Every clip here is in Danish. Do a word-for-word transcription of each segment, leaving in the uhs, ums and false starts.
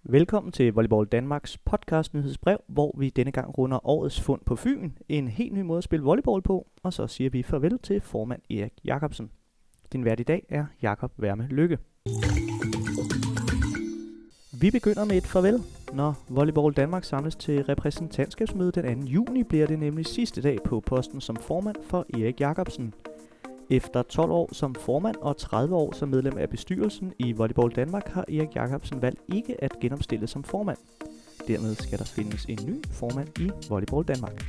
Velkommen til Volleyball Danmarks podcast nyhedsbrev, hvor vi denne gang runder årets fund på Fyn, en helt ny måde at spille volleyball på, og så siger vi farvel til formand Erik Jacobsen. Din vært i dag er Jakob Værme Lykke. Vi begynder med et farvel. Når Volleyball Danmark samles til repræsentantskabsmøde den anden juni, bliver det nemlig sidste dag på posten som formand for Erik Jacobsen. Efter tolv år som formand og tredive år som medlem af bestyrelsen i Volleyball Danmark har Erik Jacobsen valgt ikke at genopstille som formand. Dermed skal der findes en ny formand i Volleyball Danmark.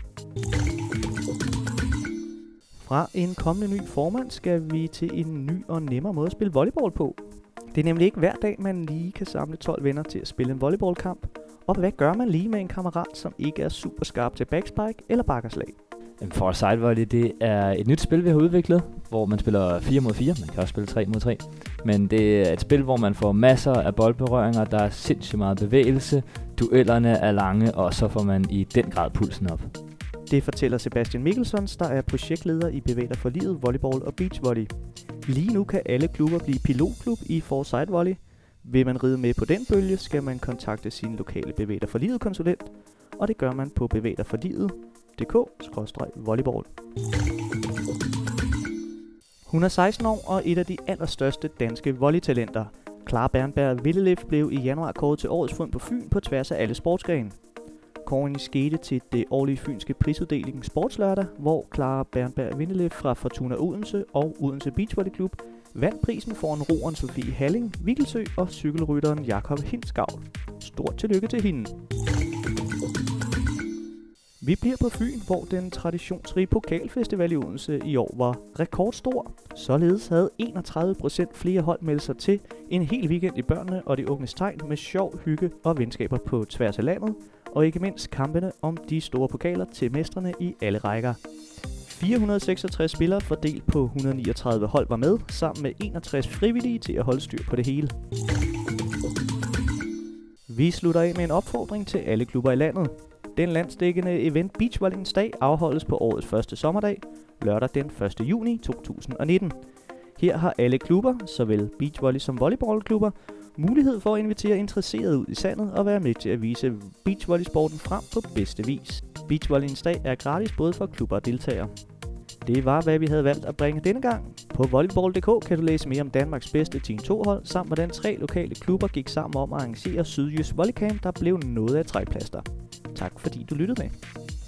Fra en kommende ny formand skal vi til en ny og nemmere måde at spille volleyball på. Det er nemlig ikke hver dag, man lige kan samle tolv venner til at spille en volleyballkamp. Og hvad gør man lige med en kammerat, som ikke er super skarp til backspike eller bakkerslag? Foresight Volley, det er et nyt spil, vi har udviklet, hvor man spiller fire mod fire, man kan også spille tre mod tre. Men det er et spil, hvor man får masser af boldberøringer, der er sindssygt meget bevægelse, duellerne er lange, og så får man i den grad pulsen op. Det fortæller Sebastian Mikkelsons, der er projektleder i Bevæg dig for livet, volleyball og beach volley. Lige nu kan alle klubber blive pilotklub i Foresight Volley. Vil man ride med på den bølge, skal man kontakte sin lokale Bevæg dig for livet konsulent, og det gør man på bevæg dig for livet punktum d k skråstreg volleyball. Hun er seksten år og et af de allerstørste danske volleytalenter. Clara Bernberg Villelev blev i januar kåret til årets fund på Fyn på tværs af alle sportsgrene. Kåringen skete til det årlige fynske prisuddeling Sportslørdag, hvor Clara Bernberg Villelev fra Fortuna Odense og Odense Beach Volley Club vandt prisen foran roeren Sofie Halling, Viggelsø og cykelrytteren Jakob Hindsgavl. Stort tillykke til hende. Vi bliver på Fyn, hvor den traditionsrige pokalfestival i Odense i år var rekordstor. Således havde enogtredive procent flere hold meldt sig til en hel weekend i børnene og de unges tegn med sjov, hygge og venskaber på tværs af landet, og ikke mindst kampene om de store pokaler til mestrene i alle rækker. fire hundrede og seksogtres spillere fordelt på et hundrede og niogtredive hold var med, sammen med enogtres frivillige til at holde styr på det hele. Vi slutter af med en opfordring til alle klubber i landet. Den landsdækkende event Beachvolleyens dag afholdes på årets første sommerdag, lørdag den første juni to tusind og nitten. Her har alle klubber, såvel beachvolley som volleyballklubber, mulighed for at invitere interesserede ud i sandet og være med til at vise beachvolleysporten frem på bedste vis. Beachvolleyens dag er gratis både for klubber og deltagere. Det var, hvad vi havde valgt at bringe denne gang. På volleyball punktum d k kan du læse mere om Danmarks bedste Team to hold, samt hvordan tre lokale klubber gik sammen om at arrangere Sydjysk Volleycamp, der blev noget af et trækplaster. Tak fordi du lyttede med.